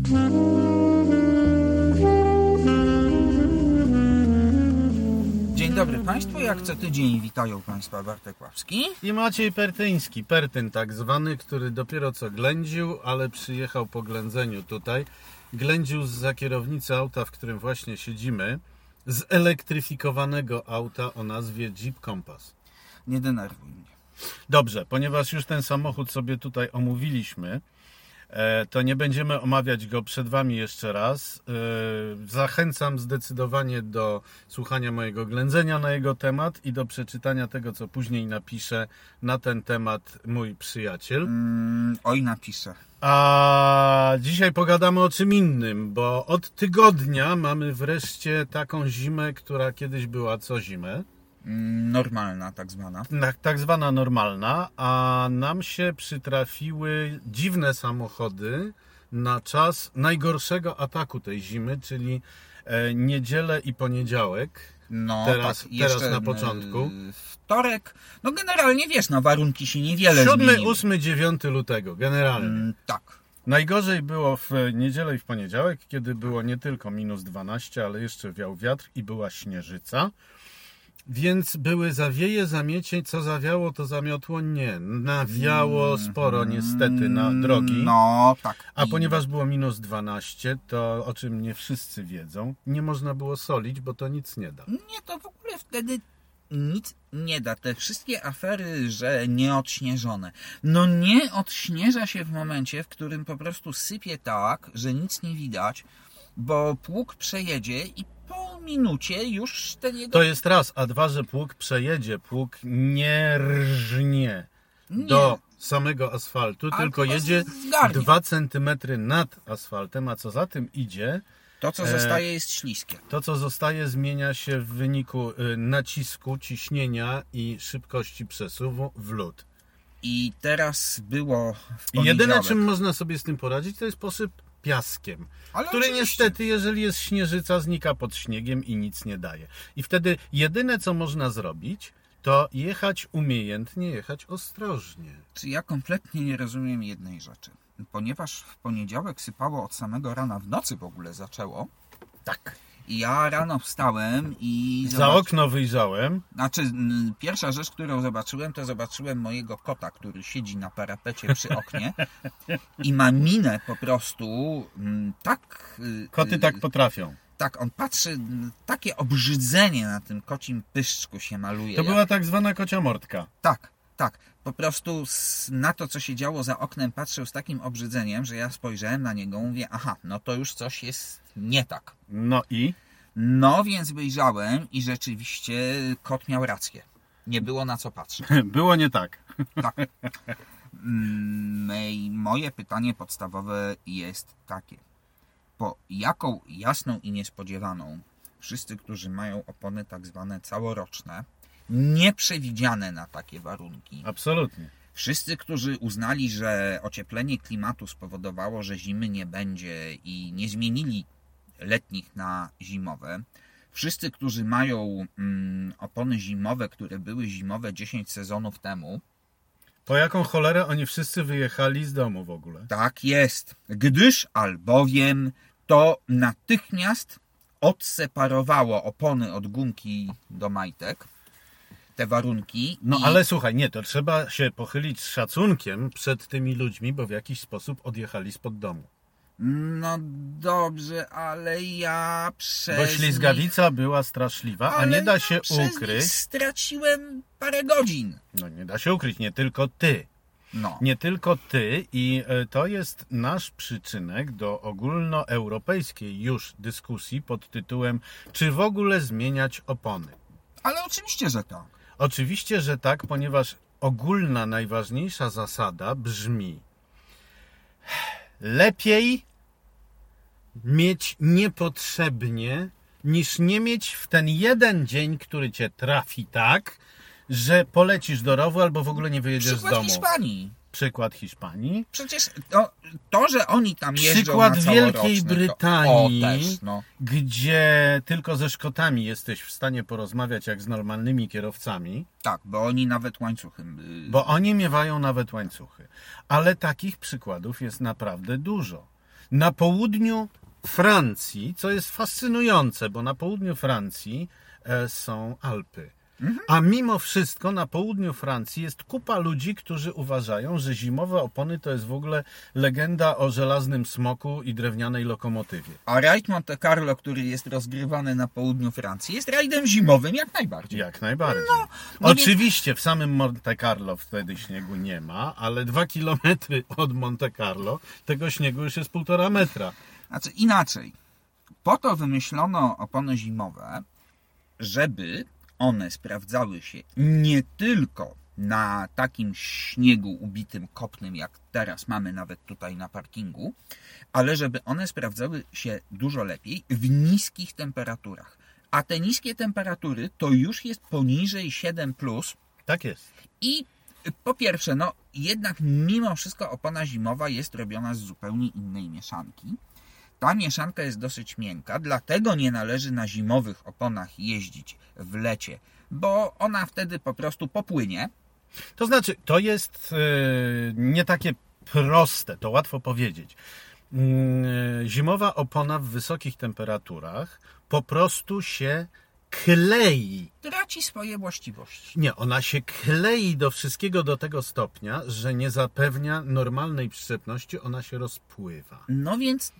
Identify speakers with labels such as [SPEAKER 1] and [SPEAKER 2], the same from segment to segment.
[SPEAKER 1] Dzień dobry Państwu, jak co tydzień witają Państwa Bartek Łapski
[SPEAKER 2] i Maciej Pertyński, Pertyn tak zwany, który dopiero co ględził, ale przyjechał po ględzeniu tutaj. Ględził zza kierownicy auta, w którym właśnie siedzimy, z elektryfikowanego auta o nazwie Jeep Compass.
[SPEAKER 1] Nie denerwuj mnie.
[SPEAKER 2] Dobrze, ponieważ już ten samochód sobie tutaj omówiliśmy, to nie będziemy omawiać go przed Wami jeszcze raz. Zachęcam zdecydowanie do słuchania mojego ględzenia na jego temat i do przeczytania tego, co później napisze na ten temat mój przyjaciel.
[SPEAKER 1] Oj, napiszę.
[SPEAKER 2] A dzisiaj pogadamy o czym innym, bo od tygodnia mamy wreszcie taką zimę, która kiedyś była co zimę.
[SPEAKER 1] Normalna tak zwana.
[SPEAKER 2] Tak zwana normalna, a nam się przytrafiły dziwne samochody na czas najgorszego ataku tej zimy, czyli niedzielę i poniedziałek.
[SPEAKER 1] No,
[SPEAKER 2] teraz
[SPEAKER 1] jeszcze
[SPEAKER 2] na początku.
[SPEAKER 1] Wtorek, no generalnie wiesz, no warunki się niewiele
[SPEAKER 2] 7,
[SPEAKER 1] zmieniły.
[SPEAKER 2] 8, 9 lutego, generalnie.
[SPEAKER 1] Tak.
[SPEAKER 2] Najgorzej było w niedzielę i w poniedziałek, kiedy było nie tylko minus 12, ale jeszcze wiał wiatr i była śnieżyca. Więc były zawieje, zamiecie, co zawiało, to zamiotło? Nie. Nawiało sporo niestety na drogi.
[SPEAKER 1] No, tak.
[SPEAKER 2] A ponieważ było minus 12, to o czym nie wszyscy wiedzą, nie można było solić, bo to nic nie da.
[SPEAKER 1] Nie, to w ogóle wtedy nic nie da. Te wszystkie afery, że nieodśnieżone. No nie odśnieża się w momencie, w którym po prostu sypie tak, że nic nie widać, bo pług przejedzie i po minucie już ten jego...
[SPEAKER 2] To jest raz, a dwa, że pług przejedzie, pług nie rżnie do samego asfaltu, tylko jedzie 2 cm nad asfaltem, a co za tym idzie...
[SPEAKER 1] To, co zostaje, jest śliskie.
[SPEAKER 2] To, co zostaje, zmienia się w wyniku nacisku, ciśnienia i szybkości przesuwu w lód. I
[SPEAKER 1] teraz było w
[SPEAKER 2] poniedziałek. Jedyne, czym można sobie z tym poradzić, to jest posyp piaskiem, który oczywiście niestety, jeżeli jest śnieżyca, znika pod śniegiem i nic nie daje. I wtedy jedyne, co można zrobić, to jechać umiejętnie, jechać ostrożnie.
[SPEAKER 1] Czy ja kompletnie nie rozumiem jednej rzeczy. Ponieważ w poniedziałek sypało od samego rana, w nocy w ogóle zaczęło.
[SPEAKER 2] Tak.
[SPEAKER 1] I ja rano wstałem i...
[SPEAKER 2] Za okno wyjrzałem.
[SPEAKER 1] Znaczy, pierwsza rzecz, którą zobaczyłem, to zobaczyłem mojego kota, który siedzi na parapecie przy oknie i ma minę po prostu tak...
[SPEAKER 2] Koty tak potrafią.
[SPEAKER 1] Tak, on patrzy, takie obrzydzenie na tym kocim pyszczku się maluje.
[SPEAKER 2] To była tak zwana kocia mordka.
[SPEAKER 1] Tak. Po prostu na to, co się działo za oknem, patrzył z takim obrzydzeniem, że ja spojrzałem na niego, mówię, aha, no to już coś jest nie tak.
[SPEAKER 2] No i?
[SPEAKER 1] No więc wyjrzałem i rzeczywiście kot miał rację. Nie było na co patrzeć.
[SPEAKER 2] Było nie tak.
[SPEAKER 1] Tak. Moje pytanie podstawowe jest takie. Po jaką jasną i niespodziewaną wszyscy, którzy mają opony tak zwane całoroczne, nieprzewidziane na takie warunki.
[SPEAKER 2] Absolutnie.
[SPEAKER 1] Wszyscy, którzy uznali, że ocieplenie klimatu spowodowało, że zimy nie będzie i nie zmienili letnich na zimowe. Wszyscy, którzy mają opony zimowe, które były zimowe 10 sezonów temu.
[SPEAKER 2] Po jaką cholerę oni wszyscy wyjechali z domu w ogóle?
[SPEAKER 1] Tak jest. Gdyż albowiem to natychmiast odseparowało opony od gumki do majtek. Te warunki.
[SPEAKER 2] No ale słuchaj, nie, to trzeba się pochylić z szacunkiem przed tymi ludźmi, bo w jakiś sposób odjechali spod domu.
[SPEAKER 1] No dobrze, ale ja
[SPEAKER 2] Bo ślizgawica była straszliwa, a nie da się ukryć.
[SPEAKER 1] Straciłem parę godzin.
[SPEAKER 2] No nie da się ukryć, nie tylko ty.
[SPEAKER 1] No.
[SPEAKER 2] Nie tylko ty i to jest nasz przyczynek do ogólnoeuropejskiej już dyskusji pod tytułem czy w ogóle zmieniać opony.
[SPEAKER 1] Ale oczywiście, że tak.
[SPEAKER 2] Oczywiście, że tak, ponieważ ogólna, najważniejsza zasada brzmi: lepiej mieć niepotrzebnie, niż nie mieć w ten jeden dzień, który cię trafi tak, że polecisz do rowu albo w ogóle nie wyjedziesz z domu. Przykład Hiszpanii.
[SPEAKER 1] Przecież to, że oni tam jeżdżą
[SPEAKER 2] przykład
[SPEAKER 1] na
[SPEAKER 2] Wielkiej Brytanii,
[SPEAKER 1] też,
[SPEAKER 2] gdzie tylko ze Szkotami jesteś w stanie porozmawiać jak z normalnymi kierowcami.
[SPEAKER 1] Tak, bo oni nawet łańcuchy.
[SPEAKER 2] Bo oni miewają nawet łańcuchy. Ale takich przykładów jest naprawdę dużo. Na południu Francji, co jest fascynujące, bo na południu Francji są Alpy. A mimo wszystko na południu Francji jest kupa ludzi, którzy uważają, że zimowe opony to jest w ogóle legenda o żelaznym smoku i drewnianej lokomotywie.
[SPEAKER 1] A rajd Monte Carlo, który jest rozgrywany na południu Francji, jest rajdem zimowym jak najbardziej.
[SPEAKER 2] Jak najbardziej.
[SPEAKER 1] No
[SPEAKER 2] Oczywiście w samym Monte Carlo wtedy śniegu nie ma, ale 2 kilometry od Monte Carlo tego śniegu już jest 1,5 metra.
[SPEAKER 1] Znaczy inaczej. Po to wymyślono opony zimowe, żeby one sprawdzały się nie tylko na takim śniegu ubitym, kopnym, jak teraz mamy nawet tutaj na parkingu, ale żeby one sprawdzały się dużo lepiej w niskich temperaturach. A te niskie temperatury to już jest poniżej 7+.
[SPEAKER 2] Tak jest.
[SPEAKER 1] I po pierwsze, no jednak mimo wszystko opona zimowa jest robiona z zupełnie innej mieszanki. Ta mieszanka jest dosyć miękka, dlatego nie należy na zimowych oponach jeździć w lecie, bo ona wtedy po prostu popłynie.
[SPEAKER 2] To znaczy, to jest nie takie proste, to łatwo powiedzieć. Zimowa opona w wysokich temperaturach po prostu się klei.
[SPEAKER 1] Traci swoje właściwości.
[SPEAKER 2] Nie, ona się klei do wszystkiego do tego stopnia, że nie zapewnia normalnej przyczepności, ona się rozpływa.
[SPEAKER 1] No więc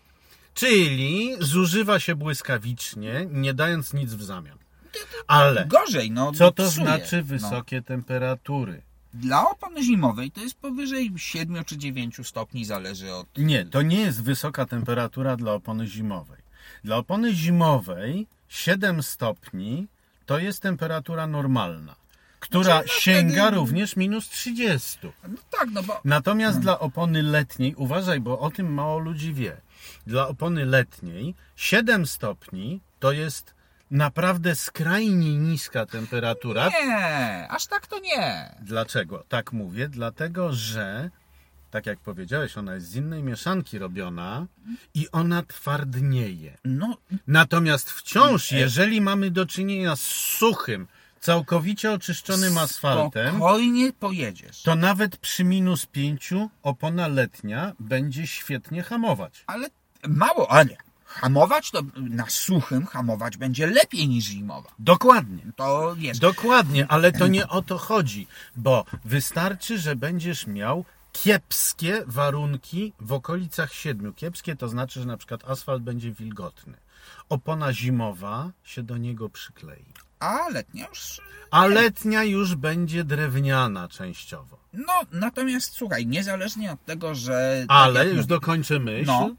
[SPEAKER 2] Czyli zużywa się błyskawicznie, nie dając nic w zamian. Ale
[SPEAKER 1] gorzej, no
[SPEAKER 2] co to
[SPEAKER 1] psuje.
[SPEAKER 2] znaczy wysokie temperatury?
[SPEAKER 1] Dla opony zimowej to jest powyżej 7 czy 9 stopni, zależy od...
[SPEAKER 2] Nie, to nie jest wysoka temperatura dla opony zimowej. Dla opony zimowej 7 stopni to jest temperatura normalna, która sięga
[SPEAKER 1] wtedy...
[SPEAKER 2] również minus 30.
[SPEAKER 1] No tak, no bo...
[SPEAKER 2] Natomiast dla opony letniej, uważaj, bo o tym mało ludzi wie, dla opony letniej 7 stopni to jest naprawdę skrajnie niska temperatura.
[SPEAKER 1] Nie, aż tak to nie.
[SPEAKER 2] Dlaczego? Tak mówię, dlatego że, tak jak powiedziałeś, ona jest z innej mieszanki robiona i ona twardnieje.
[SPEAKER 1] No,
[SPEAKER 2] Natomiast wciąż, jeżeli mamy do czynienia z suchym, całkowicie oczyszczonym asfaltem,
[SPEAKER 1] spokojnie pojedziesz.
[SPEAKER 2] to nawet przy minus 5 opona letnia będzie świetnie hamować.
[SPEAKER 1] Ale mało, ale hamować to na suchym hamować będzie lepiej niż zimowa.
[SPEAKER 2] Dokładnie.
[SPEAKER 1] To wiesz.
[SPEAKER 2] Dokładnie, ale to nie o to chodzi, bo wystarczy, że będziesz miał kiepskie warunki w okolicach 7. Kiepskie to znaczy, że na przykład asfalt będzie wilgotny. Opona zimowa się do niego przyklei.
[SPEAKER 1] A letnia już...
[SPEAKER 2] A letnia już będzie drewniana częściowo.
[SPEAKER 1] No, natomiast słuchaj, niezależnie od tego, że...
[SPEAKER 2] Ale,
[SPEAKER 1] tak jak
[SPEAKER 2] już
[SPEAKER 1] mówię,
[SPEAKER 2] dokończę myśl,
[SPEAKER 1] No.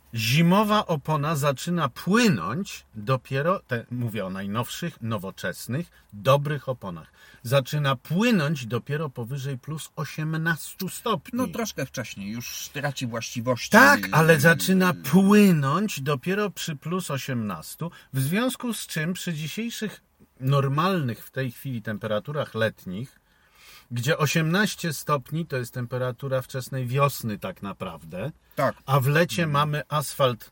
[SPEAKER 2] Zimowa opona zaczyna płynąć dopiero, mówię o najnowszych, nowoczesnych, dobrych oponach. Zaczyna płynąć dopiero powyżej plus 18 stopni.
[SPEAKER 1] No troszkę wcześniej, już traci właściwości.
[SPEAKER 2] Tak, ale zaczyna płynąć dopiero przy plus 18, w związku z czym przy dzisiejszych normalnych w tej chwili temperaturach letnich, gdzie 18 stopni to jest temperatura wczesnej wiosny tak naprawdę,
[SPEAKER 1] Tak.
[SPEAKER 2] a w lecie mamy asfalt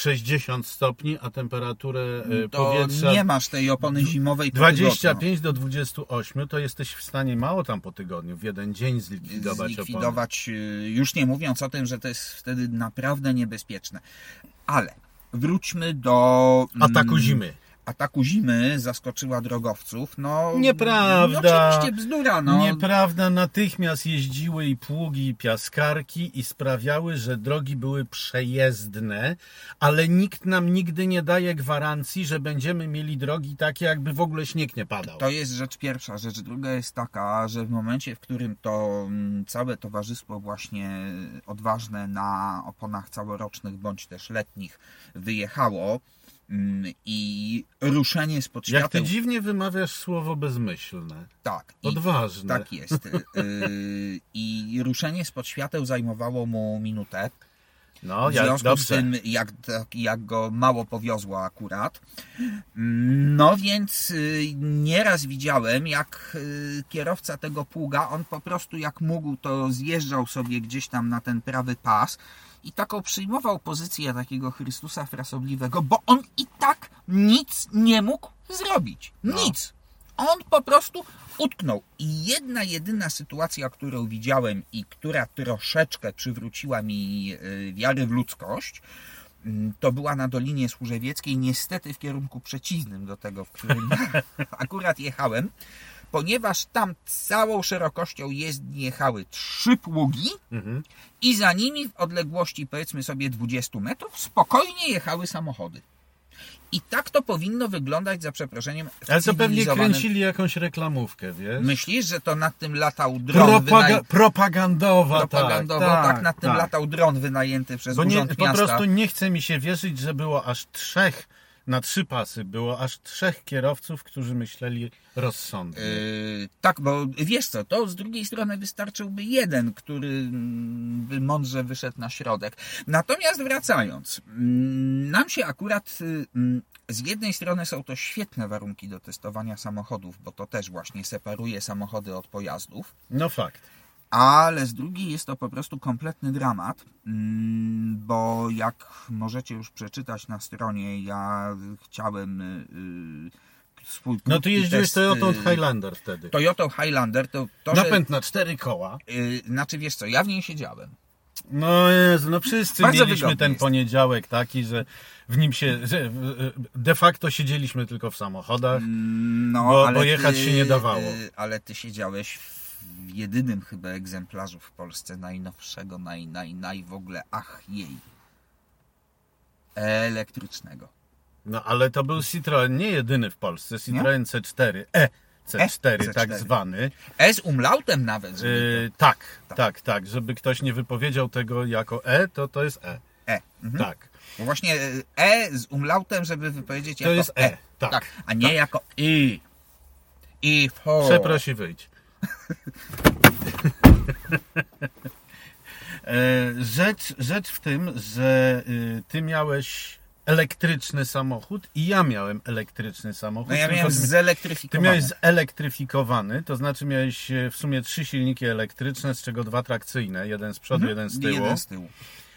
[SPEAKER 2] 60 stopni, a temperaturę
[SPEAKER 1] To
[SPEAKER 2] powietrza
[SPEAKER 1] nie masz tej opony zimowej po
[SPEAKER 2] 25 do 28, to jesteś w stanie mało tam po tygodniu, w jeden dzień zlikwidować opony.
[SPEAKER 1] zlikwidować, już nie mówiąc o tym, że to jest wtedy naprawdę niebezpieczne. Ale wróćmy do...
[SPEAKER 2] Ataku zimy.
[SPEAKER 1] Ataku zimy zaskoczyła drogowców. No,
[SPEAKER 2] Nieprawda.
[SPEAKER 1] No, oczywiście bzdura. No.
[SPEAKER 2] Nieprawda, natychmiast jeździły i pługi, i piaskarki i sprawiały, że drogi były przejezdne, ale nikt nam nigdy nie daje gwarancji, że będziemy mieli drogi takie, jakby w ogóle śnieg nie padał.
[SPEAKER 1] To jest rzecz pierwsza. Rzecz druga jest taka, że w momencie, w którym to całe towarzystwo właśnie odważne na oponach całorocznych bądź też letnich wyjechało, i ruszenie spod świateł...
[SPEAKER 2] Jak ty dziwnie wymawiasz słowo bezmyślne.
[SPEAKER 1] Tak.
[SPEAKER 2] Odważne.
[SPEAKER 1] Tak jest. I ruszenie spod świateł zajmowało mu minutę.
[SPEAKER 2] No,
[SPEAKER 1] W
[SPEAKER 2] jak
[SPEAKER 1] związku
[SPEAKER 2] dobrze.
[SPEAKER 1] z tym, jak go mało powiozło akurat. No więc nieraz widziałem, jak kierowca tego pługa, on po prostu jak mógł, to zjeżdżał sobie gdzieś tam na ten prawy pas i taką przyjmował pozycję takiego Chrystusa frasobliwego, bo on i tak nic nie mógł zrobić. Nic. on po prostu utknął. I jedna, jedyna sytuacja, którą widziałem i która troszeczkę przywróciła mi wiarę w ludzkość, to była na Dolinie Służewieckiej, niestety w kierunku przeciwnym do tego, w którym ja akurat jechałem, ponieważ tam całą szerokością jezdni jechały 3 pługi i za nimi w odległości, powiedzmy sobie, 20 metrów spokojnie jechały samochody. I tak to powinno wyglądać, za przeproszeniem, w
[SPEAKER 2] Ale to pewnie
[SPEAKER 1] cywilizowanym...
[SPEAKER 2] kręcili jakąś reklamówkę, wiesz?
[SPEAKER 1] Myślisz, że to nad tym latał dron
[SPEAKER 2] Propagandowa,
[SPEAKER 1] tak, nad tym latał dron wynajęty przez Urząd
[SPEAKER 2] Po
[SPEAKER 1] Miasta.
[SPEAKER 2] prostu nie chce mi się wierzyć, że było aż 3, na 3 pasy, było aż 3 kierowców, którzy myśleli rozsądnie.
[SPEAKER 1] Tak, bo wiesz co, to z drugiej strony wystarczyłby jeden, który by mądrze wyszedł na środek. Natomiast wracając, nam się akurat z jednej strony są to świetne warunki do testowania samochodów, bo to też właśnie separuje samochody od pojazdów.
[SPEAKER 2] No fakt.
[SPEAKER 1] Ale z drugiej jest to po prostu kompletny dramat, bo jak możecie już przeczytać na stronie, ja chciałem swój
[SPEAKER 2] No ty jeździłeś
[SPEAKER 1] test,
[SPEAKER 2] Toyotą Highlander wtedy.
[SPEAKER 1] Toyotą Highlander, to
[SPEAKER 2] napęd na 4 koła.
[SPEAKER 1] Znaczy wiesz co, ja w niej siedziałem.
[SPEAKER 2] No Jezu, no wszyscy
[SPEAKER 1] Bardzo
[SPEAKER 2] mieliśmy ten
[SPEAKER 1] jest.
[SPEAKER 2] poniedziałek taki, że w nim się, że de facto siedzieliśmy tylko w samochodach, bo jechać się nie dawało.
[SPEAKER 1] Ale ty siedziałeś w jedynym chyba egzemplarzu w Polsce najnowszego, naj w ogóle, elektrycznego.
[SPEAKER 2] No ale to był Citroen nie jedyny w Polsce, Citroen C4, C4 tak zwany.
[SPEAKER 1] Z umlautem nawet. Żeby
[SPEAKER 2] Tak, żeby ktoś nie wypowiedział tego jako to jest E. Tak.
[SPEAKER 1] Bo właśnie z umlautem, żeby wypowiedzieć
[SPEAKER 2] to
[SPEAKER 1] jako
[SPEAKER 2] jest tak.
[SPEAKER 1] A nie jako I.
[SPEAKER 2] Przeprosi, wyjdź. Rzecz w tym, że ty miałeś elektryczny samochód i ja miałem elektryczny samochód.
[SPEAKER 1] No ja miałem zelektryfikowany.
[SPEAKER 2] Ty miałeś zelektryfikowany, to znaczy miałeś w sumie 3 silniki elektryczne, z czego 2 trakcyjne, jeden z przodu, jeden z tyłu.
[SPEAKER 1] Jeden z tyłu.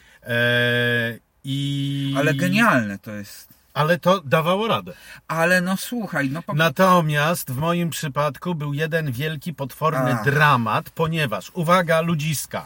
[SPEAKER 2] Ale
[SPEAKER 1] genialne to jest.
[SPEAKER 2] Ale to dawało radę.
[SPEAKER 1] Ale no słuchaj,
[SPEAKER 2] Natomiast w moim przypadku był jeden wielki, potworny dramat, ponieważ, uwaga, ludziska,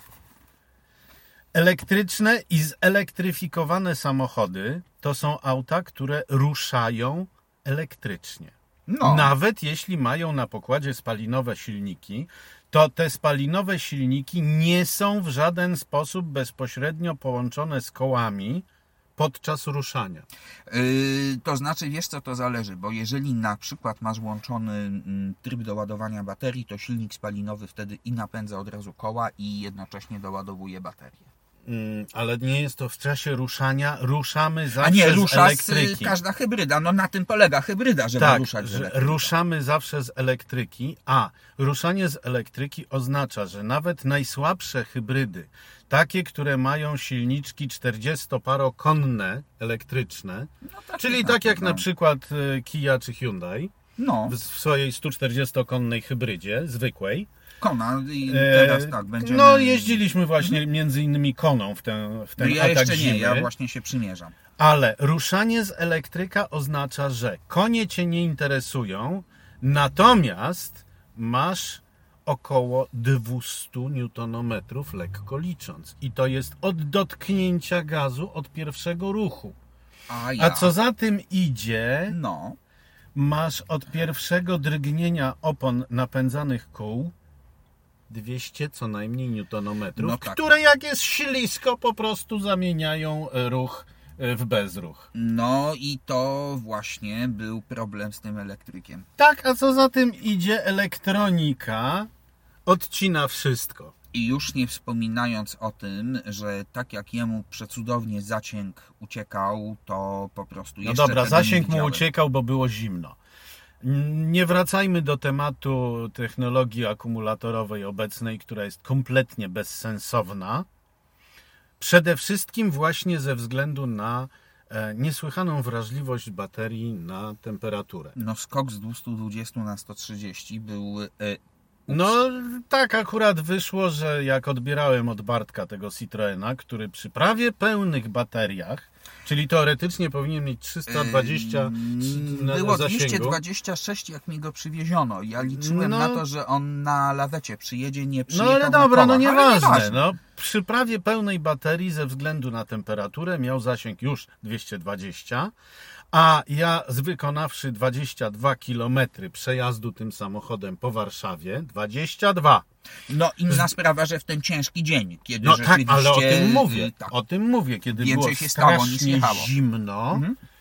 [SPEAKER 2] elektryczne i zelektryfikowane samochody to są auta, które ruszają elektrycznie. Nawet jeśli mają na pokładzie spalinowe silniki, to te spalinowe silniki nie są w żaden sposób bezpośrednio połączone z kołami podczas ruszania.
[SPEAKER 1] To znaczy, wiesz co, to zależy, bo jeżeli na przykład masz włączony tryb doładowania baterii, to silnik spalinowy wtedy i napędza od razu koła i jednocześnie doładowuje baterię.
[SPEAKER 2] Ale nie jest to w czasie ruszania, ruszamy zawsze z elektryki.
[SPEAKER 1] Każda hybryda, no na tym polega hybryda, żeby ruszać z elektryki.
[SPEAKER 2] Ruszamy zawsze z elektryki, a ruszanie z elektryki oznacza, że nawet najsłabsze hybrydy, takie, które mają silniczki 40-parokonne elektryczne, czyli tak jak na przykład Kia czy Hyundai, w swojej 140-konnej hybrydzie zwykłej,
[SPEAKER 1] Kona i teraz tak będziemy...
[SPEAKER 2] No jeździliśmy właśnie między innymi Koną w ten
[SPEAKER 1] ja
[SPEAKER 2] atak
[SPEAKER 1] jeszcze
[SPEAKER 2] zimy.
[SPEAKER 1] nie, ja właśnie się przymierzam.
[SPEAKER 2] Ale ruszanie z elektryka oznacza, że konie cię nie interesują, natomiast masz około 200 Nm lekko licząc. I to jest od dotknięcia gazu, od pierwszego ruchu. A co za tym idzie, masz od pierwszego drgnienia opon napędzanych kół 200 co najmniej newtonometrów, które jak jest ślisko po prostu zamieniają ruch w bezruch.
[SPEAKER 1] No i to właśnie był problem z tym elektrykiem.
[SPEAKER 2] Tak, a co za tym idzie, elektronika odcina wszystko.
[SPEAKER 1] I już nie wspominając o tym, że tak jak jemu przecudownie zasięg uciekał, to po prostu jeszcze
[SPEAKER 2] No dobra,
[SPEAKER 1] tego
[SPEAKER 2] zasięg
[SPEAKER 1] nie
[SPEAKER 2] mu uciekał, bo było zimno. Nie wracajmy do tematu technologii akumulatorowej obecnej, która jest kompletnie bezsensowna. Przede wszystkim właśnie ze względu na niesłychaną wrażliwość baterii na temperaturę.
[SPEAKER 1] No skok z 220 na 130 był
[SPEAKER 2] No tak akurat wyszło, że jak odbierałem od Bartka tego Citroena, który przy prawie pełnych bateriach, czyli teoretycznie powinien mieć 320
[SPEAKER 1] Było
[SPEAKER 2] zasięgu.
[SPEAKER 1] 226, jak mi go przywieziono. Ja liczyłem na to, że on na lawecie przyjedzie, nie przyjechał
[SPEAKER 2] No ale
[SPEAKER 1] na
[SPEAKER 2] dobra,
[SPEAKER 1] kołach,
[SPEAKER 2] no
[SPEAKER 1] ale
[SPEAKER 2] nieważne. No, przy prawie pełnej baterii ze względu na temperaturę miał zasięg już 220, a ja wykonawszy 22 km przejazdu tym samochodem po Warszawie, 22.
[SPEAKER 1] No inna sprawa, że w ten ciężki dzień, kiedy
[SPEAKER 2] No tak,
[SPEAKER 1] rzeczywiście...
[SPEAKER 2] ale o tym mówię.
[SPEAKER 1] Tak,
[SPEAKER 2] O tym mówię, kiedy
[SPEAKER 1] więcej
[SPEAKER 2] było
[SPEAKER 1] się stało, niż
[SPEAKER 2] strasznie
[SPEAKER 1] jechało.
[SPEAKER 2] zimno.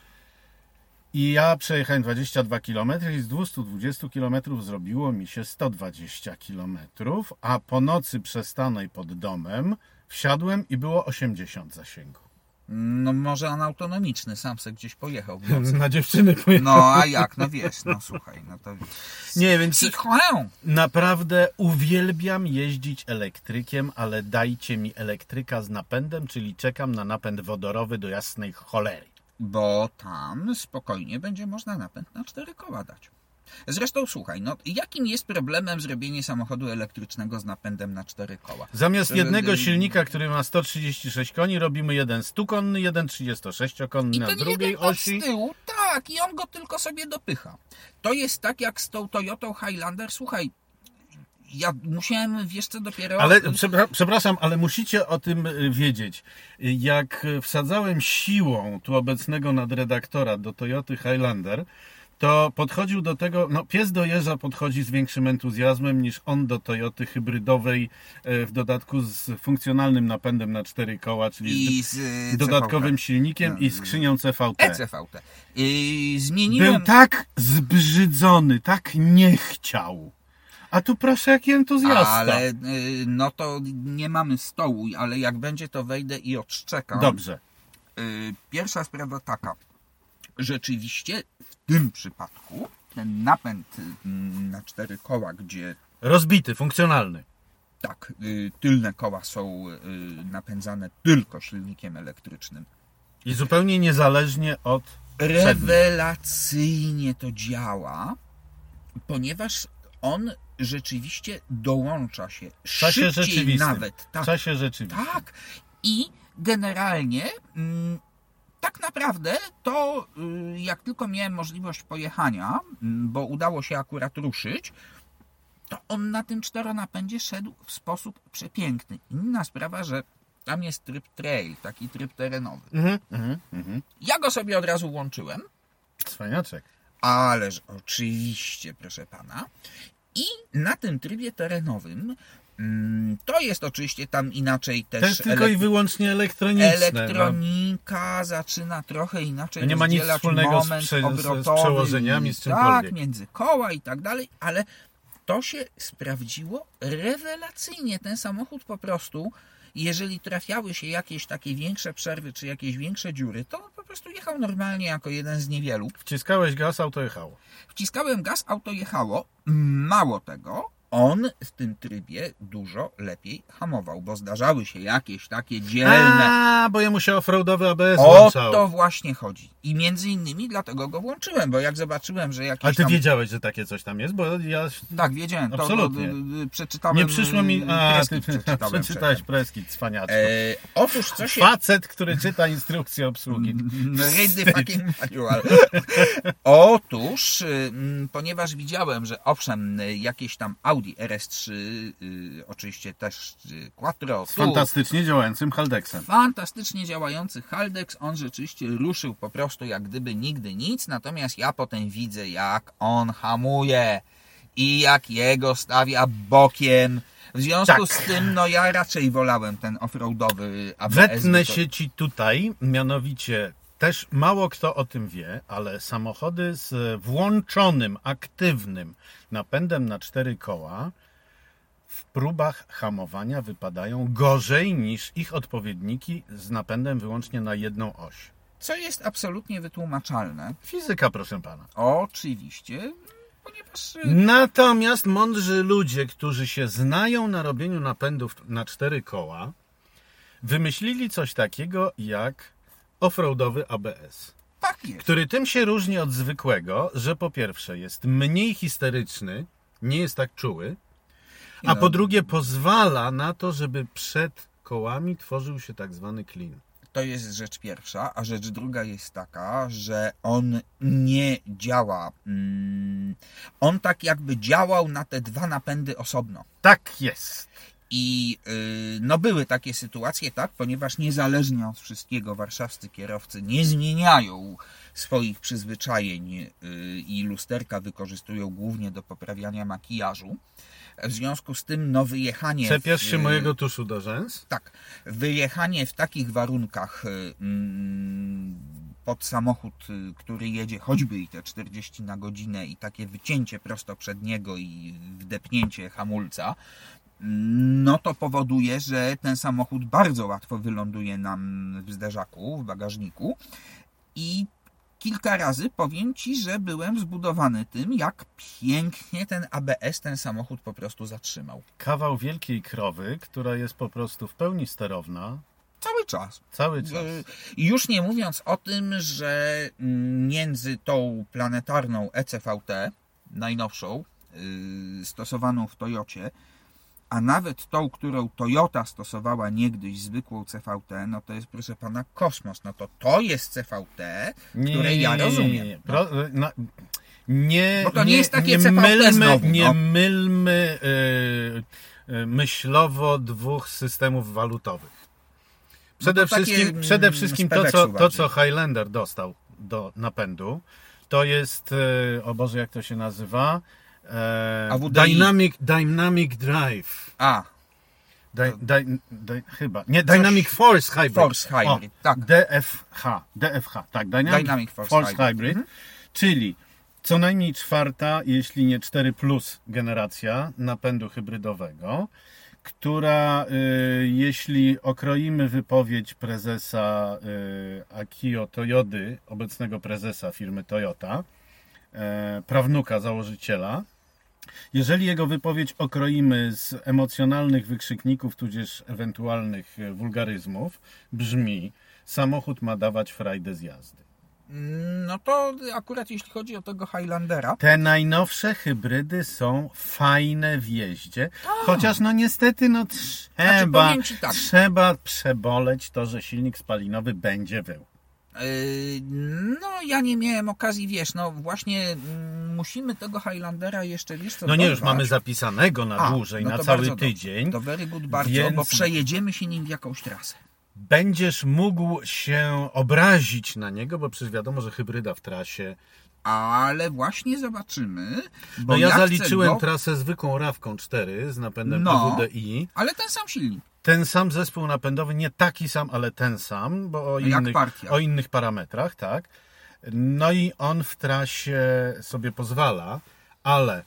[SPEAKER 2] I ja przejechałem 22 km i z 220 km zrobiło mi się 120 km, a po nocy przestanej pod domem wsiadłem i było 80 zasięgu.
[SPEAKER 1] No może on autonomiczny, sam se gdzieś pojechał w nocy.
[SPEAKER 2] Na dziewczyny pojechałem.
[SPEAKER 1] No a jak? No wiesz, no słuchaj, no to...
[SPEAKER 2] Nie, więc
[SPEAKER 1] Citroën!
[SPEAKER 2] naprawdę uwielbiam jeździć elektrykiem, ale dajcie mi elektryka z napędem, czyli czekam na napęd wodorowy do jasnej cholery.
[SPEAKER 1] Bo tam spokojnie będzie można napęd na 4 koła dać. Zresztą słuchaj, no jakim jest problemem zrobienie samochodu elektrycznego z napędem na 4 koła?
[SPEAKER 2] Zamiast jednego silnika, który ma 136 koni, robimy jeden 100-konny, jeden 36-konny na drugiej osi.
[SPEAKER 1] Z tyłu, tak, i on go tylko sobie dopycha. To jest tak jak z tą Toyotą Highlander. Słuchaj, ja musiałem, wiesz co, dopiero...
[SPEAKER 2] Ale, przepraszam, ale musicie o tym wiedzieć. Jak wsadzałem siłą tu obecnego nadredaktora do Toyoty Highlander, to podchodził do tego, no pies do jeża podchodzi z większym entuzjazmem niż on do Toyoty hybrydowej, w dodatku z funkcjonalnym napędem na 4 koła, czyli z dodatkowym silnikiem i skrzynią CVT.
[SPEAKER 1] CVT. Zmieniłem...
[SPEAKER 2] Był tak zbrzydzony, tak nie chciał. A tu proszę, jaki entuzjasta.
[SPEAKER 1] Ale no to nie mamy stołu, ale jak będzie, to wejdę i odszczekam.
[SPEAKER 2] Dobrze.
[SPEAKER 1] Pierwsza sprawa taka. Rzeczywiście w tym przypadku ten napęd na 4 koła, gdzie
[SPEAKER 2] Rozbity, funkcjonalny.
[SPEAKER 1] tak, tylne koła są napędzane tylko silnikiem elektrycznym.
[SPEAKER 2] I zupełnie niezależnie od przednich.
[SPEAKER 1] Rewelacyjnie to działa, ponieważ on rzeczywiście dołącza się
[SPEAKER 2] W czasie
[SPEAKER 1] szybciej
[SPEAKER 2] rzeczywistym.
[SPEAKER 1] nawet.
[SPEAKER 2] W czasie rzeczywistym.
[SPEAKER 1] Tak. I generalnie tak naprawdę to jak tylko miałem możliwość pojechania, bo udało się akurat ruszyć, to on na tym 4-napędzie szedł w sposób przepiękny. Inna sprawa, że tam jest tryb trail, taki tryb terenowy. Ja go sobie od razu włączyłem,
[SPEAKER 2] Cwaniaczek.
[SPEAKER 1] ależ oczywiście, proszę pana. I na tym trybie terenowym to jest oczywiście tam inaczej też
[SPEAKER 2] tylko i wyłącznie elektroniczne.
[SPEAKER 1] elektronika zaczyna trochę inaczej
[SPEAKER 2] nie ma nic
[SPEAKER 1] rozdzielać
[SPEAKER 2] wspólnego
[SPEAKER 1] moment
[SPEAKER 2] z
[SPEAKER 1] obrotowy,
[SPEAKER 2] przełożeniami, z
[SPEAKER 1] tak,
[SPEAKER 2] czymkolwiek.
[SPEAKER 1] między koła i tak dalej, ale to się sprawdziło rewelacyjnie. Ten samochód po prostu, jeżeli trafiały się jakieś takie większe przerwy, czy jakieś większe dziury, to on po prostu jechał normalnie jako jeden z niewielu.
[SPEAKER 2] Wciskałeś gaz, auto jechało.
[SPEAKER 1] Wciskałem gaz, auto jechało. Mało tego, on w tym trybie dużo lepiej hamował, bo zdarzały się jakieś takie dzielne...
[SPEAKER 2] Bo jemu się offroadowy ABS
[SPEAKER 1] O
[SPEAKER 2] włączał.
[SPEAKER 1] to właśnie chodzi. I między innymi dlatego go włączyłem, bo jak zobaczyłem, że jakieś
[SPEAKER 2] Ale ty
[SPEAKER 1] tam...
[SPEAKER 2] wiedziałeś, że takie coś tam jest? Bo ja...
[SPEAKER 1] Tak, wiedziałem.
[SPEAKER 2] Absolutnie.
[SPEAKER 1] To przeczytałem...
[SPEAKER 2] Nie przyszło mi...
[SPEAKER 1] Preskit
[SPEAKER 2] ty
[SPEAKER 1] przeczytałem
[SPEAKER 2] przeczytałeś
[SPEAKER 1] przedtem.
[SPEAKER 2] preskit, cwaniaczku.
[SPEAKER 1] Otóż co się...
[SPEAKER 2] Facet, który czyta instrukcję obsługi.
[SPEAKER 1] Read the fucking manual. Otóż, ponieważ widziałem, że owszem, jakieś tam Audi RS3, oczywiście też Quattro,
[SPEAKER 2] Fantastycznie działającym Haldexem.
[SPEAKER 1] fantastycznie działający Haldex, on rzeczywiście ruszył po prostu jak gdyby nigdy nic, natomiast ja potem widzę, jak on hamuje i jak jego stawia bokiem. W związku z tym, no ja raczej wolałem ten offroadowy ABS.
[SPEAKER 2] Wetnę się ci tutaj, mianowicie też mało kto o tym wie, ale samochody z włączonym, aktywnym napędem na 4 koła w próbach hamowania wypadają gorzej niż ich odpowiedniki z napędem wyłącznie na jedną oś.
[SPEAKER 1] Co jest absolutnie wytłumaczalne.
[SPEAKER 2] Fizyka, proszę pana.
[SPEAKER 1] Oczywiście, ponieważ...
[SPEAKER 2] Natomiast mądrzy ludzie, którzy się znają na robieniu napędów na 4 koła, wymyślili coś takiego jak offroadowy ABS.
[SPEAKER 1] Tak jest.
[SPEAKER 2] Który tym się różni od zwykłego, że po pierwsze jest mniej histeryczny, nie jest tak czuły,
[SPEAKER 1] Nie
[SPEAKER 2] A
[SPEAKER 1] no,
[SPEAKER 2] po drugie pozwala na to, żeby przed kołami tworzył się tak zwany klin.
[SPEAKER 1] to jest rzecz pierwsza, a rzecz druga jest taka, że on nie działa. On tak jakby działał na te dwa napędy osobno.
[SPEAKER 2] Tak jest.
[SPEAKER 1] I no były takie sytuacje, tak, ponieważ niezależnie od wszystkiego warszawscy kierowcy nie zmieniają swoich przyzwyczajeń i lusterka wykorzystują głównie do poprawiania makijażu. W związku z tym no wyjechanie...
[SPEAKER 2] Czepiasz się mojego tuszu do rzęs?
[SPEAKER 1] Tak, wyjechanie w takich warunkach pod samochód, który jedzie choćby i te 40 na godzinę i takie wycięcie prosto przed niego i wdepnięcie hamulca, no to powoduje, że ten samochód bardzo łatwo wyląduje nam w zderzaku, w bagażniku i kilka razy powiem Ci, że byłem zbudowany tym, jak pięknie ten ABS ten samochód po prostu zatrzymał.
[SPEAKER 2] Kawał wielkiej krowy, która jest po prostu w pełni sterowna.
[SPEAKER 1] Cały czas.
[SPEAKER 2] Cały czas.
[SPEAKER 1] Już nie mówiąc o tym, że między tą planetarną ECVT, najnowszą, stosowaną w Toyocie, a nawet tą, którą Toyota stosowała niegdyś, zwykłą CVT, no to jest, proszę pana, kosmos. No to jest CVT, której ja rozumiem.
[SPEAKER 2] Nie,
[SPEAKER 1] bo to nie jest takie CVT znowu.
[SPEAKER 2] Nie mylmy myślowo dwóch systemów walutowych. Przede wszystkim to, co Highlander dostał do napędu, to jest, o Boże, jak to się nazywa? Dynamic Drive. Chyba. Nie, Dynamic Force Hybrid.
[SPEAKER 1] Force Hybrid, tak.
[SPEAKER 2] DFH, tak. Dynamic Force Hybrid. Czyli co najmniej czwarta, jeśli nie 4+ generacja napędu hybrydowego, która, jeśli okroimy wypowiedź prezesa Akio Toyody, obecnego prezesa firmy Toyota, prawnuka, założyciela, jeżeli jego wypowiedź okroimy z emocjonalnych wykrzykników, tudzież ewentualnych wulgaryzmów, brzmi: samochód ma dawać frajdę z jazdy.
[SPEAKER 1] No to akurat jeśli chodzi o tego Highlandera...
[SPEAKER 2] Te najnowsze hybrydy są fajne w jeździe, chociaż no niestety trzeba przeboleć to, że silnik spalinowy będzie wył.
[SPEAKER 1] No, ja nie miałem okazji, wiesz, no właśnie musimy tego Highlandera jeszcze, wiesz co,
[SPEAKER 2] no nie, już mamy zapisanego na dłużej, no na cały tydzień.
[SPEAKER 1] To very good bardzo, więc... bo przejedziemy się nim w jakąś trasę.
[SPEAKER 2] Będziesz mógł się obrazić na niego, bo przecież wiadomo, że hybryda w trasie.
[SPEAKER 1] Ale właśnie zobaczymy. Bo
[SPEAKER 2] no ja zaliczyłem trasę zwykłą Rawką 4 z napędem PWDI.
[SPEAKER 1] Ale ten sam silnik.
[SPEAKER 2] Ten sam zespół napędowy, nie taki sam, ale ten sam, bo o innych parametrach, tak. No i on w trasie sobie pozwala, ale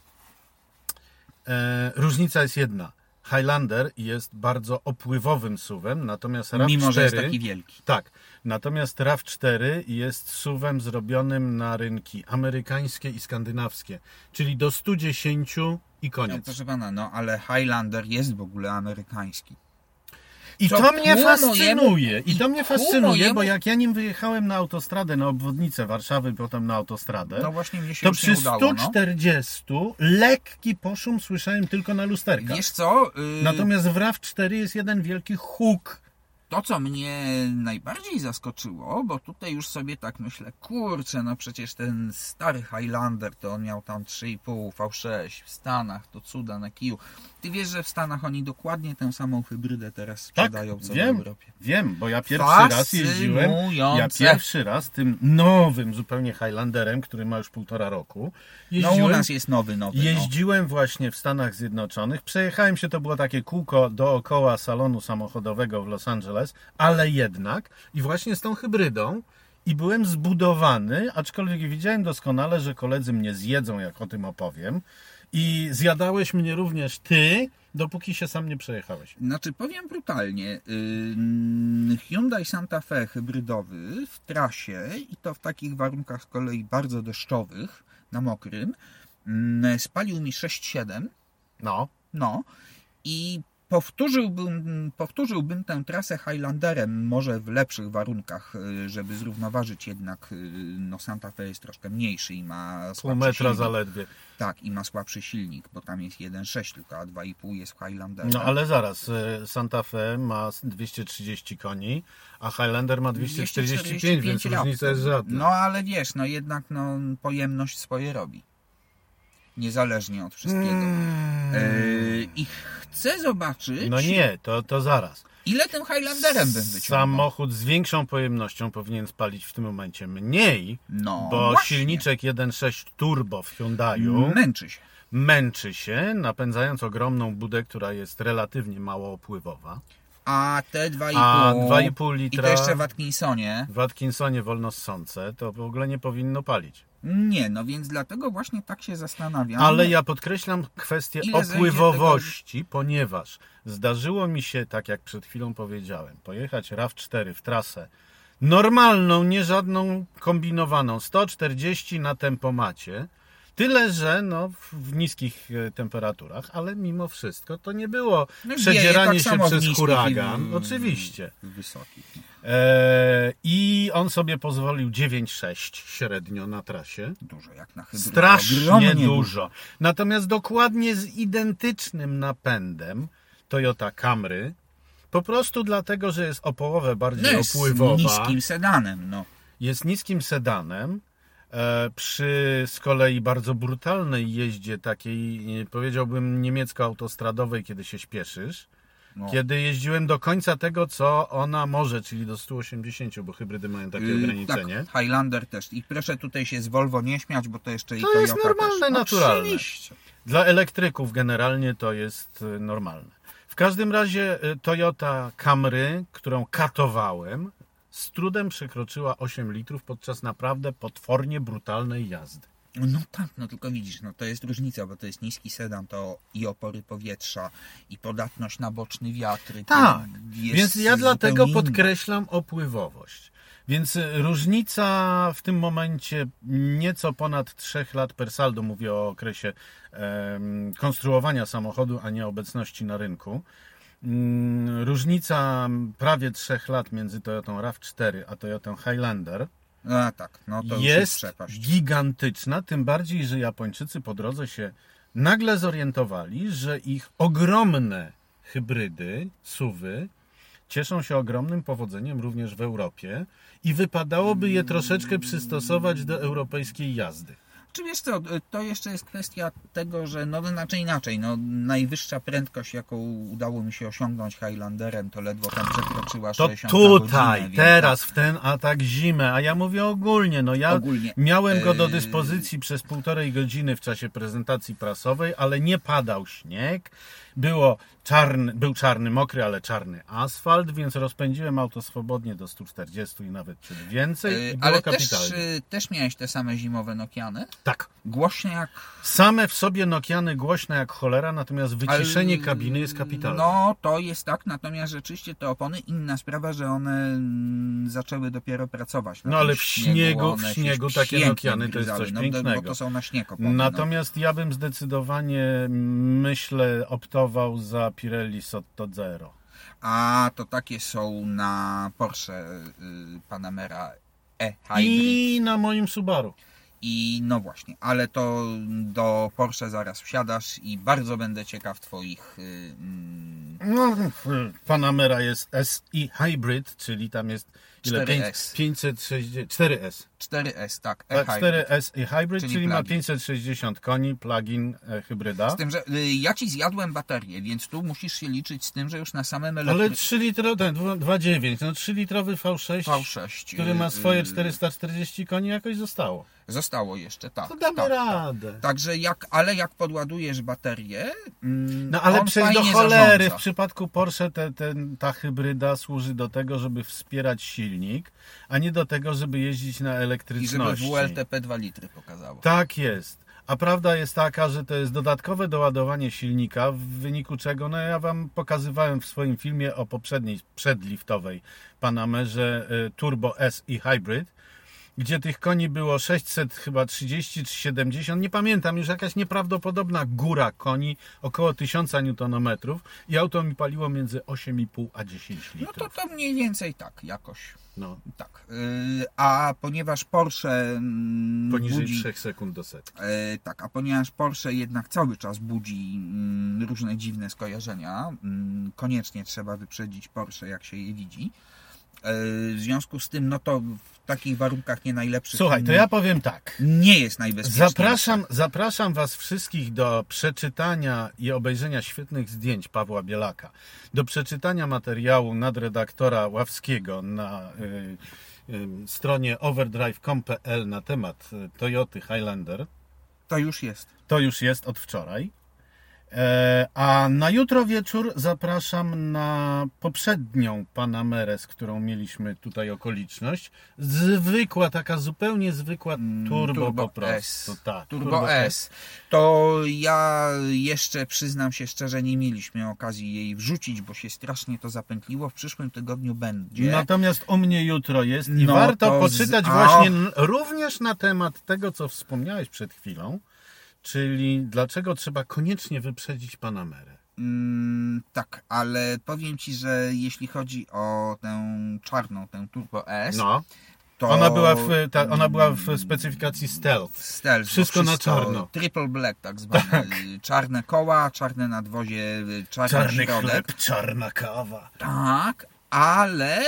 [SPEAKER 2] różnica jest jedna. Highlander jest bardzo opływowym SUV-em, natomiast RAV4...
[SPEAKER 1] Mimo, że jest taki wielki.
[SPEAKER 2] Tak, natomiast RAV4 jest SUV-em zrobionym na rynki amerykańskie i skandynawskie, czyli do 110 i koniec.
[SPEAKER 1] No, proszę pana, no ale Highlander jest w ogóle amerykański.
[SPEAKER 2] I to mnie fascynuje, bo jak ja nim wyjechałem na autostradę, na obwodnicę Warszawy, potem na autostradę,
[SPEAKER 1] no właśnie mnie się
[SPEAKER 2] to
[SPEAKER 1] już
[SPEAKER 2] przy
[SPEAKER 1] nie udało,
[SPEAKER 2] 140 lekki poszum słyszałem tylko na lusterkach.
[SPEAKER 1] Wiesz co?
[SPEAKER 2] Natomiast w RAV4 jest jeden wielki huk.
[SPEAKER 1] To, co mnie najbardziej zaskoczyło, bo tutaj już sobie tak myślę, kurczę, no przecież ten stary Highlander, to on miał tam 3,5 V6 w Stanach, to cuda na kiju. Ty wiesz, że w Stanach oni dokładnie tę samą hybrydę teraz sprzedają w Europie?
[SPEAKER 2] Wiem, bo ja pierwszy raz tym nowym zupełnie Highlanderem, który ma już 1,5 roku, jeździłem.
[SPEAKER 1] No u nas jest nowy.
[SPEAKER 2] Jeździłem właśnie w Stanach Zjednoczonych, przejechałem się, to było takie kółko dookoła salonu samochodowego w Los Angeles, ale jednak i właśnie z tą hybrydą i byłem zbudowany, aczkolwiek widziałem doskonale, że koledzy mnie zjedzą, jak o tym opowiem, i zjadałeś mnie również ty, dopóki się sam nie przejechałeś.
[SPEAKER 1] Znaczy, powiem brutalnie, Hyundai Santa Fe hybrydowy w trasie i to w takich warunkach z kolei bardzo deszczowych, na mokrym, spalił mi 6,7.
[SPEAKER 2] No.
[SPEAKER 1] I Powtórzyłbym tę trasę Highlanderem, może w lepszych warunkach, żeby zrównoważyć jednak, no Santa Fe jest troszkę mniejszy i ma
[SPEAKER 2] Pół
[SPEAKER 1] słabszy
[SPEAKER 2] metra
[SPEAKER 1] silnik.
[SPEAKER 2] zaledwie.
[SPEAKER 1] Tak, i ma słabszy silnik, bo tam jest 1.6 tylko, a 2.5 jest w Highlanderze.
[SPEAKER 2] No ale zaraz, Santa Fe ma 230 koni, a Highlander ma 245, więc różnica jest żadna.
[SPEAKER 1] No ale wiesz, no jednak no, pojemność swoje robi. Niezależnie od wszystkiego. I chcę zobaczyć,
[SPEAKER 2] No nie, to zaraz.
[SPEAKER 1] ile tym Highlanderem bym wyciągnął.
[SPEAKER 2] Samochód z większą pojemnością powinien spalić w tym momencie mniej,
[SPEAKER 1] No,
[SPEAKER 2] bo
[SPEAKER 1] właśnie.
[SPEAKER 2] silniczek 1.6 turbo w Hyundaiu
[SPEAKER 1] Męczy się.
[SPEAKER 2] napędzając ogromną budę, która jest relatywnie mało opływowa.
[SPEAKER 1] A te 2,5
[SPEAKER 2] A 2,5
[SPEAKER 1] i
[SPEAKER 2] litra
[SPEAKER 1] to jeszcze w Atkinsonie.
[SPEAKER 2] w Atkinsonie wolnossące to w ogóle nie powinno palić.
[SPEAKER 1] Nie, no więc dlatego właśnie tak się zastanawiam.
[SPEAKER 2] Ale ja podkreślam kwestię
[SPEAKER 1] Ile zejdzie
[SPEAKER 2] opływowości, ponieważ zdarzyło mi się, tak jak przed chwilą powiedziałem, pojechać RAV4 w trasę normalną, nie żadną kombinowaną, 140 na tempomacie, tyle że no, w niskich temperaturach, ale mimo wszystko to nie było
[SPEAKER 1] No,
[SPEAKER 2] przedzieranie
[SPEAKER 1] tak
[SPEAKER 2] się
[SPEAKER 1] samo w
[SPEAKER 2] przez
[SPEAKER 1] niskich
[SPEAKER 2] huragan,
[SPEAKER 1] i
[SPEAKER 2] oczywiście.
[SPEAKER 1] w wysokich.
[SPEAKER 2] I on sobie pozwolił 9,6 średnio na trasie.
[SPEAKER 1] Dużo jak na hybrydę.
[SPEAKER 2] Strasznie
[SPEAKER 1] Ogromnie
[SPEAKER 2] dużo. Natomiast dokładnie z identycznym napędem Toyota Camry, po prostu dlatego, że jest o połowę bardziej
[SPEAKER 1] No jest
[SPEAKER 2] opływowa,
[SPEAKER 1] niskim sedanem, no.
[SPEAKER 2] jest niskim sedanem, przy z kolei bardzo brutalnej jeździe takiej, powiedziałbym, niemiecko-autostradowej, kiedy się śpieszysz,
[SPEAKER 1] No.
[SPEAKER 2] kiedy jeździłem do końca tego, co ona może, czyli do 180, bo hybrydy mają takie ograniczenie.
[SPEAKER 1] Tak, Highlander też. I proszę tutaj się z Volvo nie śmiać, bo to jeszcze i
[SPEAKER 2] To
[SPEAKER 1] Toyota
[SPEAKER 2] jest normalne,
[SPEAKER 1] też.
[SPEAKER 2] naturalne.
[SPEAKER 1] Oczywiście.
[SPEAKER 2] Dla elektryków generalnie to jest normalne. W każdym razie Toyota Camry, którą katowałem, z trudem przekroczyła 8 litrów podczas naprawdę potwornie brutalnej jazdy.
[SPEAKER 1] No tak, no tylko widzisz, no to jest różnica, bo to jest niski sedan, to i opory powietrza, i podatność na boczny wiatr.
[SPEAKER 2] Tak,
[SPEAKER 1] jest
[SPEAKER 2] więc ja dlatego
[SPEAKER 1] zupełnie inna.
[SPEAKER 2] podkreślam opływowość. Więc różnica w tym momencie nieco ponad 3 lat per saldo, mówię o okresie konstruowania samochodu, a nie obecności na rynku. Różnica prawie 3 lat między Toyotą RAV4 a Toyotą Highlander
[SPEAKER 1] A tak, no to już jest
[SPEAKER 2] jest
[SPEAKER 1] przepaść.
[SPEAKER 2] gigantyczna, tym bardziej, że Japończycy po drodze się nagle zorientowali, że ich ogromne hybrydy, SUV-y, cieszą się ogromnym powodzeniem również w Europie i wypadałoby je troszeczkę przystosować do europejskiej jazdy.
[SPEAKER 1] Czy wiesz co, to jeszcze jest kwestia tego, że no inaczej, no najwyższa prędkość, jaką udało mi się osiągnąć Highlanderem, to ledwo tam przekroczyła
[SPEAKER 2] To
[SPEAKER 1] 60
[SPEAKER 2] tutaj,
[SPEAKER 1] na godzinę,
[SPEAKER 2] teraz, w ten atak zimę, a ja mówię ogólnie, no ja
[SPEAKER 1] Ogólnie.
[SPEAKER 2] miałem go do dyspozycji przez 1,5 godziny w czasie prezentacji prasowej, ale nie padał śnieg, był czarny, mokry, ale czarny asfalt, więc rozpędziłem auto swobodnie do 140 i nawet ciut więcej i było
[SPEAKER 1] ale
[SPEAKER 2] kapitalnie.
[SPEAKER 1] też miałeś te same zimowe Nokiany?
[SPEAKER 2] Tak.
[SPEAKER 1] Głośne jak...
[SPEAKER 2] Same w sobie Nokiany głośne jak cholera, natomiast wyciszenie kabiny jest kapitalne.
[SPEAKER 1] No, to jest tak, natomiast rzeczywiście te opony, inna sprawa, że one zaczęły dopiero pracować. na
[SPEAKER 2] No
[SPEAKER 1] tym
[SPEAKER 2] ale w śniegu
[SPEAKER 1] one się
[SPEAKER 2] takie
[SPEAKER 1] pięknie
[SPEAKER 2] Nokiany to jest coś
[SPEAKER 1] gryzały,
[SPEAKER 2] pięknego.
[SPEAKER 1] Bo to są na śnieg opony.
[SPEAKER 2] Natomiast ja bym zdecydowanie, myślę, optował za Pirelli Sotto Zero.
[SPEAKER 1] A to takie są na Porsche Panamera e-Hybrid.
[SPEAKER 2] I na moim Subaru.
[SPEAKER 1] I no właśnie, ale to do Porsche zaraz wsiadasz i bardzo będę ciekaw twoich...
[SPEAKER 2] No, Panamera jest SI Hybrid, czyli tam jest ile?
[SPEAKER 1] 4S.
[SPEAKER 2] 560, 4S.
[SPEAKER 1] 4S, tak,
[SPEAKER 2] Tak,
[SPEAKER 1] e-Hybrid.
[SPEAKER 2] 4S i Hybrid, czyli ma
[SPEAKER 1] plug-in.
[SPEAKER 2] 560 koni, plug-in hybryda.
[SPEAKER 1] Z tym, że ja ci zjadłem baterię, więc tu musisz się liczyć z tym, że już na samym
[SPEAKER 2] Ale 3 litrowy, 2,9, no 3-litrowy V6,
[SPEAKER 1] V6,
[SPEAKER 2] który ma swoje 440 koni, jakoś zostało.
[SPEAKER 1] Zostało jeszcze, tak.
[SPEAKER 2] To damy
[SPEAKER 1] tak,
[SPEAKER 2] radę.
[SPEAKER 1] Tak. Także jak podładujesz baterię,
[SPEAKER 2] No ale
[SPEAKER 1] on
[SPEAKER 2] przecież do
[SPEAKER 1] fajnie
[SPEAKER 2] cholery,
[SPEAKER 1] zarządza.
[SPEAKER 2] w przypadku Porsche ta hybryda służy do tego, żeby wspierać silnik, a nie do tego, żeby jeździć na
[SPEAKER 1] I żeby
[SPEAKER 2] elektryczności.
[SPEAKER 1] WLTP 2 litry pokazało.
[SPEAKER 2] Tak jest. A prawda jest taka, że to jest dodatkowe doładowanie silnika, w wyniku czego, no ja wam pokazywałem w swoim filmie o poprzedniej przedliftowej Panamerze Turbo S i Hybrid, gdzie tych koni było 600, chyba 30 czy 70, nie pamiętam, już jakaś nieprawdopodobna góra koni, około 1000 Nm i auto mi paliło między 8,5 a 10
[SPEAKER 1] No
[SPEAKER 2] litrów.
[SPEAKER 1] to mniej więcej tak jakoś.
[SPEAKER 2] No,
[SPEAKER 1] Tak. A ponieważ Porsche
[SPEAKER 2] poniżej
[SPEAKER 1] budzi...
[SPEAKER 2] 3 sekund do setki.
[SPEAKER 1] Tak, a ponieważ Porsche jednak cały czas budzi różne dziwne skojarzenia, koniecznie trzeba wyprzedzić Porsche, jak się je widzi. W związku z tym, no to w takich warunkach nie najlepszych.
[SPEAKER 2] Słuchaj, to ja powiem tak.
[SPEAKER 1] Nie jest najbezpieczniejsze.
[SPEAKER 2] Zapraszam Was wszystkich do przeczytania i obejrzenia świetnych zdjęć Pawła Bielaka, do przeczytania materiału nadredaktora Ławskiego na stronie overdrive.com.pl na temat Toyoty Highlander.
[SPEAKER 1] To już jest.
[SPEAKER 2] To już jest od wczoraj. A na jutro wieczór zapraszam na poprzednią Panamerę, z którą mieliśmy tutaj okoliczność. Zwykła, taka zupełnie zwykła turbo po prostu. Tak,
[SPEAKER 1] Turbo S. To ja jeszcze przyznam się szczerze, nie mieliśmy okazji jej wrzucić, bo się strasznie to zapętliło. W przyszłym tygodniu będzie.
[SPEAKER 2] Natomiast u mnie jutro jest i
[SPEAKER 1] No
[SPEAKER 2] warto
[SPEAKER 1] to
[SPEAKER 2] poczytać właśnie również na temat tego, co wspomniałeś przed chwilą. Czyli dlaczego trzeba koniecznie wyprzedzić Panamerę?
[SPEAKER 1] Tak, ale powiem Ci, że jeśli chodzi o tę czarną, tę Turbo S,
[SPEAKER 2] No.
[SPEAKER 1] to...
[SPEAKER 2] Ona była w specyfikacji stealth. Wszystko na czarno.
[SPEAKER 1] Triple black tak zwany. Tak. Czarne koła, czarne nadwozie, czarny środek.
[SPEAKER 2] Chleb, czarna kawa.
[SPEAKER 1] Tak, ale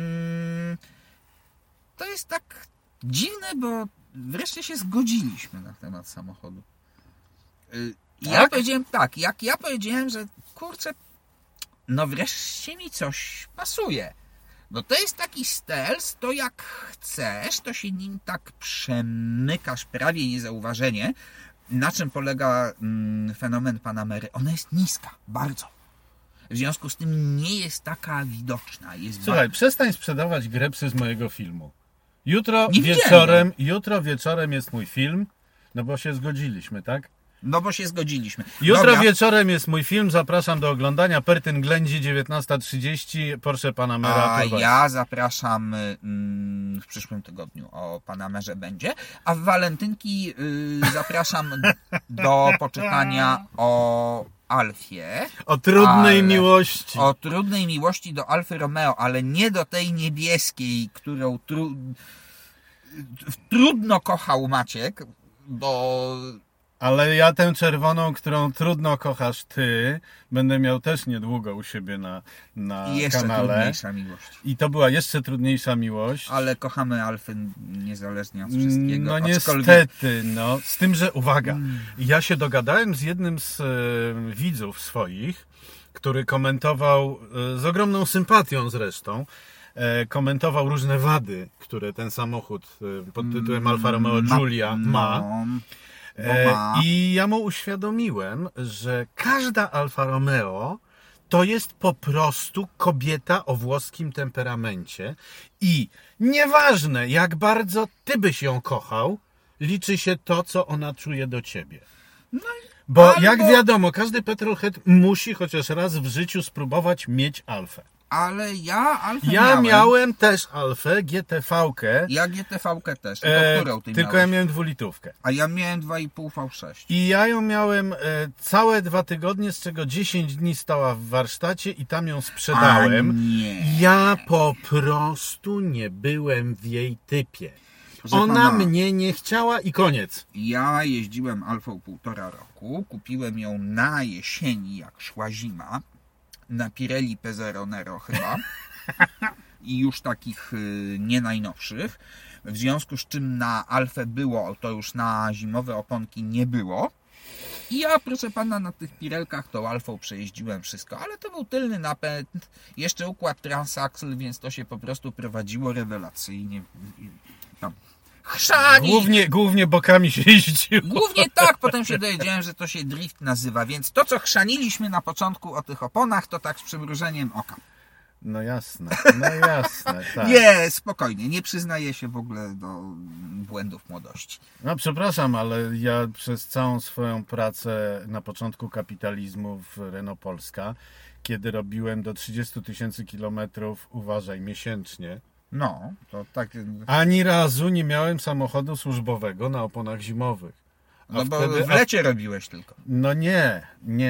[SPEAKER 1] to jest tak dziwne, bo wreszcie się zgodziliśmy na temat samochodu. Ja powiedziałem tak, jak ja powiedziałem, że kurczę, no wreszcie mi coś pasuje. No to jest taki stealth, to jak chcesz, to się nim tak przemykasz prawie niezauważenie. Na czym polega fenomen Panamery? Ona jest niska, bardzo. W związku z tym nie jest taka widoczna.
[SPEAKER 2] Słuchaj, przestań sprzedawać grepsy z mojego filmu. Jutro wieczorem jest mój film, no bo się zgodziliśmy, tak?
[SPEAKER 1] No bo się zgodziliśmy.
[SPEAKER 2] Jutro wieczorem jest mój film, zapraszam do oglądania. Pertyn Ględzi, 19:30, Porsche Panamera.
[SPEAKER 1] A ja zapraszam w przyszłym tygodniu, o Panamerze będzie. A w walentynki zapraszam do poczytania o Alfie.
[SPEAKER 2] O trudnej miłości.
[SPEAKER 1] O trudnej miłości do Alfy Romeo, ale nie do tej niebieskiej, którą trudno kochał Maciek, bo...
[SPEAKER 2] Ale ja tę czerwoną, którą trudno kochasz ty, będę miał też niedługo u siebie na
[SPEAKER 1] jeszcze
[SPEAKER 2] kanale.
[SPEAKER 1] Trudniejsza miłość.
[SPEAKER 2] I to była jeszcze trudniejsza miłość.
[SPEAKER 1] Ale kochamy Alfy niezależnie od wszystkiego.
[SPEAKER 2] No niestety, no. Z tym, że uwaga, ja się dogadałem z jednym z widzów swoich, który komentował z ogromną sympatią zresztą, komentował różne wady, które ten samochód pod tytułem Alfa Romeo Giulia ma. I ja mu uświadomiłem, że każda Alfa Romeo to jest po prostu kobieta o włoskim temperamencie i nieważne jak bardzo ty byś ją kochał, liczy się to, co ona czuje do ciebie. Bo jak wiadomo, każdy petrolhead musi chociaż raz w życiu spróbować mieć Alfę.
[SPEAKER 1] Ale ja
[SPEAKER 2] miałem też Alfę, GTV-kę.
[SPEAKER 1] Ja GTV-kę też. Którą ty
[SPEAKER 2] tylko
[SPEAKER 1] miałeś?
[SPEAKER 2] Ja miałem 2-litrówkę.
[SPEAKER 1] A ja miałem 2,5 V6.
[SPEAKER 2] I ja ją miałem całe 2 tygodnie, z czego 10 dni stała w warsztacie i tam ją sprzedałem.
[SPEAKER 1] A nie.
[SPEAKER 2] Ja po prostu nie byłem w jej typie.
[SPEAKER 1] Proszę
[SPEAKER 2] Ona
[SPEAKER 1] pana,
[SPEAKER 2] mnie nie chciała i koniec.
[SPEAKER 1] Ja jeździłem Alfą 1,5 roku. Kupiłem ją na jesieni, jak szła zima. Na Pirelli P0 Nero chyba. I już takich nie najnowszych. W związku z czym na Alfę było, to już na zimowe oponki nie było. I ja, proszę pana, na tych Pirelkach tą Alfą przejeździłem wszystko, ale to był tylny napęd, jeszcze układ transaxle, więc to się po prostu prowadziło rewelacyjnie. Tam chrzani!
[SPEAKER 2] Głównie bokami się jeździło.
[SPEAKER 1] Głównie tak, potem się dowiedziałem, że to się drift nazywa, więc to, co chrzaniliśmy na początku o tych oponach, to tak z przymrużeniem oka.
[SPEAKER 2] No jasne, tak.
[SPEAKER 1] Nie, spokojnie, nie przyznaję się w ogóle do błędów młodości.
[SPEAKER 2] No przepraszam, ale ja przez całą swoją pracę na początku kapitalizmu w Renault Polska, kiedy robiłem do 30 000 kilometrów, uważaj, miesięcznie,
[SPEAKER 1] No, to tak...
[SPEAKER 2] Ani razu nie miałem samochodu służbowego na oponach zimowych.
[SPEAKER 1] No bo w lecie robiłeś tylko.
[SPEAKER 2] No nie.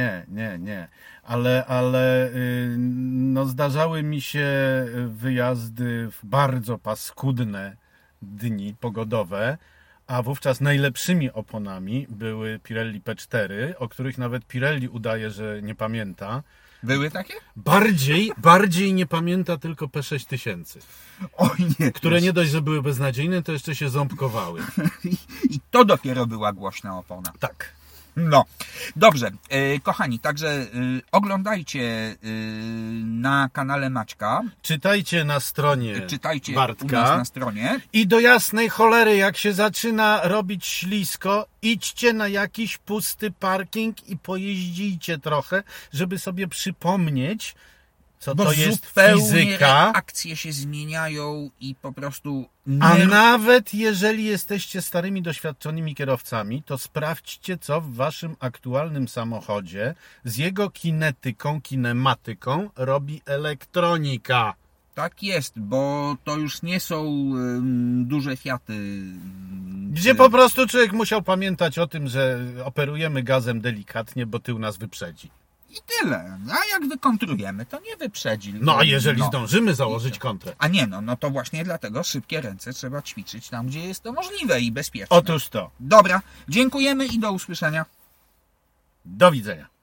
[SPEAKER 2] Ale no zdarzały mi się wyjazdy w bardzo paskudne dni pogodowe, a wówczas najlepszymi oponami były Pirelli P4, o których nawet Pirelli udaje, że nie pamięta.
[SPEAKER 1] Były takie?
[SPEAKER 2] Bardziej nie pamięta tylko P6000.
[SPEAKER 1] Oj nie.
[SPEAKER 2] Które nie dość, że były beznadziejne, to jeszcze się ząbkowały.
[SPEAKER 1] I to dopiero była głośna opona.
[SPEAKER 2] Tak.
[SPEAKER 1] No, dobrze, kochani, także oglądajcie na kanale Maćka.
[SPEAKER 2] Czytajcie na stronie
[SPEAKER 1] Czytajcie
[SPEAKER 2] Bartka.
[SPEAKER 1] u nas na stronie.
[SPEAKER 2] I do jasnej cholery, jak się zaczyna robić ślisko, idźcie na jakiś pusty parking i pojeździcie trochę, żeby sobie przypomnieć, co
[SPEAKER 1] Bo
[SPEAKER 2] to jest
[SPEAKER 1] zupełnie
[SPEAKER 2] fizyka.
[SPEAKER 1] reakcje się zmieniają i po prostu...
[SPEAKER 2] A nawet jeżeli jesteście starymi, doświadczonymi kierowcami, to sprawdźcie, co w waszym aktualnym samochodzie z jego kinetyką, kinematyką robi elektronika.
[SPEAKER 1] Tak jest, bo to już nie są duże Fiaty.
[SPEAKER 2] Gdzie po prostu człowiek musiał pamiętać o tym, że operujemy gazem delikatnie, bo tył nas wyprzedzi.
[SPEAKER 1] I tyle. A jak wykontrujemy, to nie wyprzedzi.
[SPEAKER 2] No a jeżeli zdążymy założyć kontrę.
[SPEAKER 1] A nie, no to właśnie dlatego szybkie ręce trzeba ćwiczyć tam, gdzie jest to możliwe i bezpieczne.
[SPEAKER 2] Otóż to.
[SPEAKER 1] Dobra, dziękujemy i do usłyszenia.
[SPEAKER 2] Do widzenia.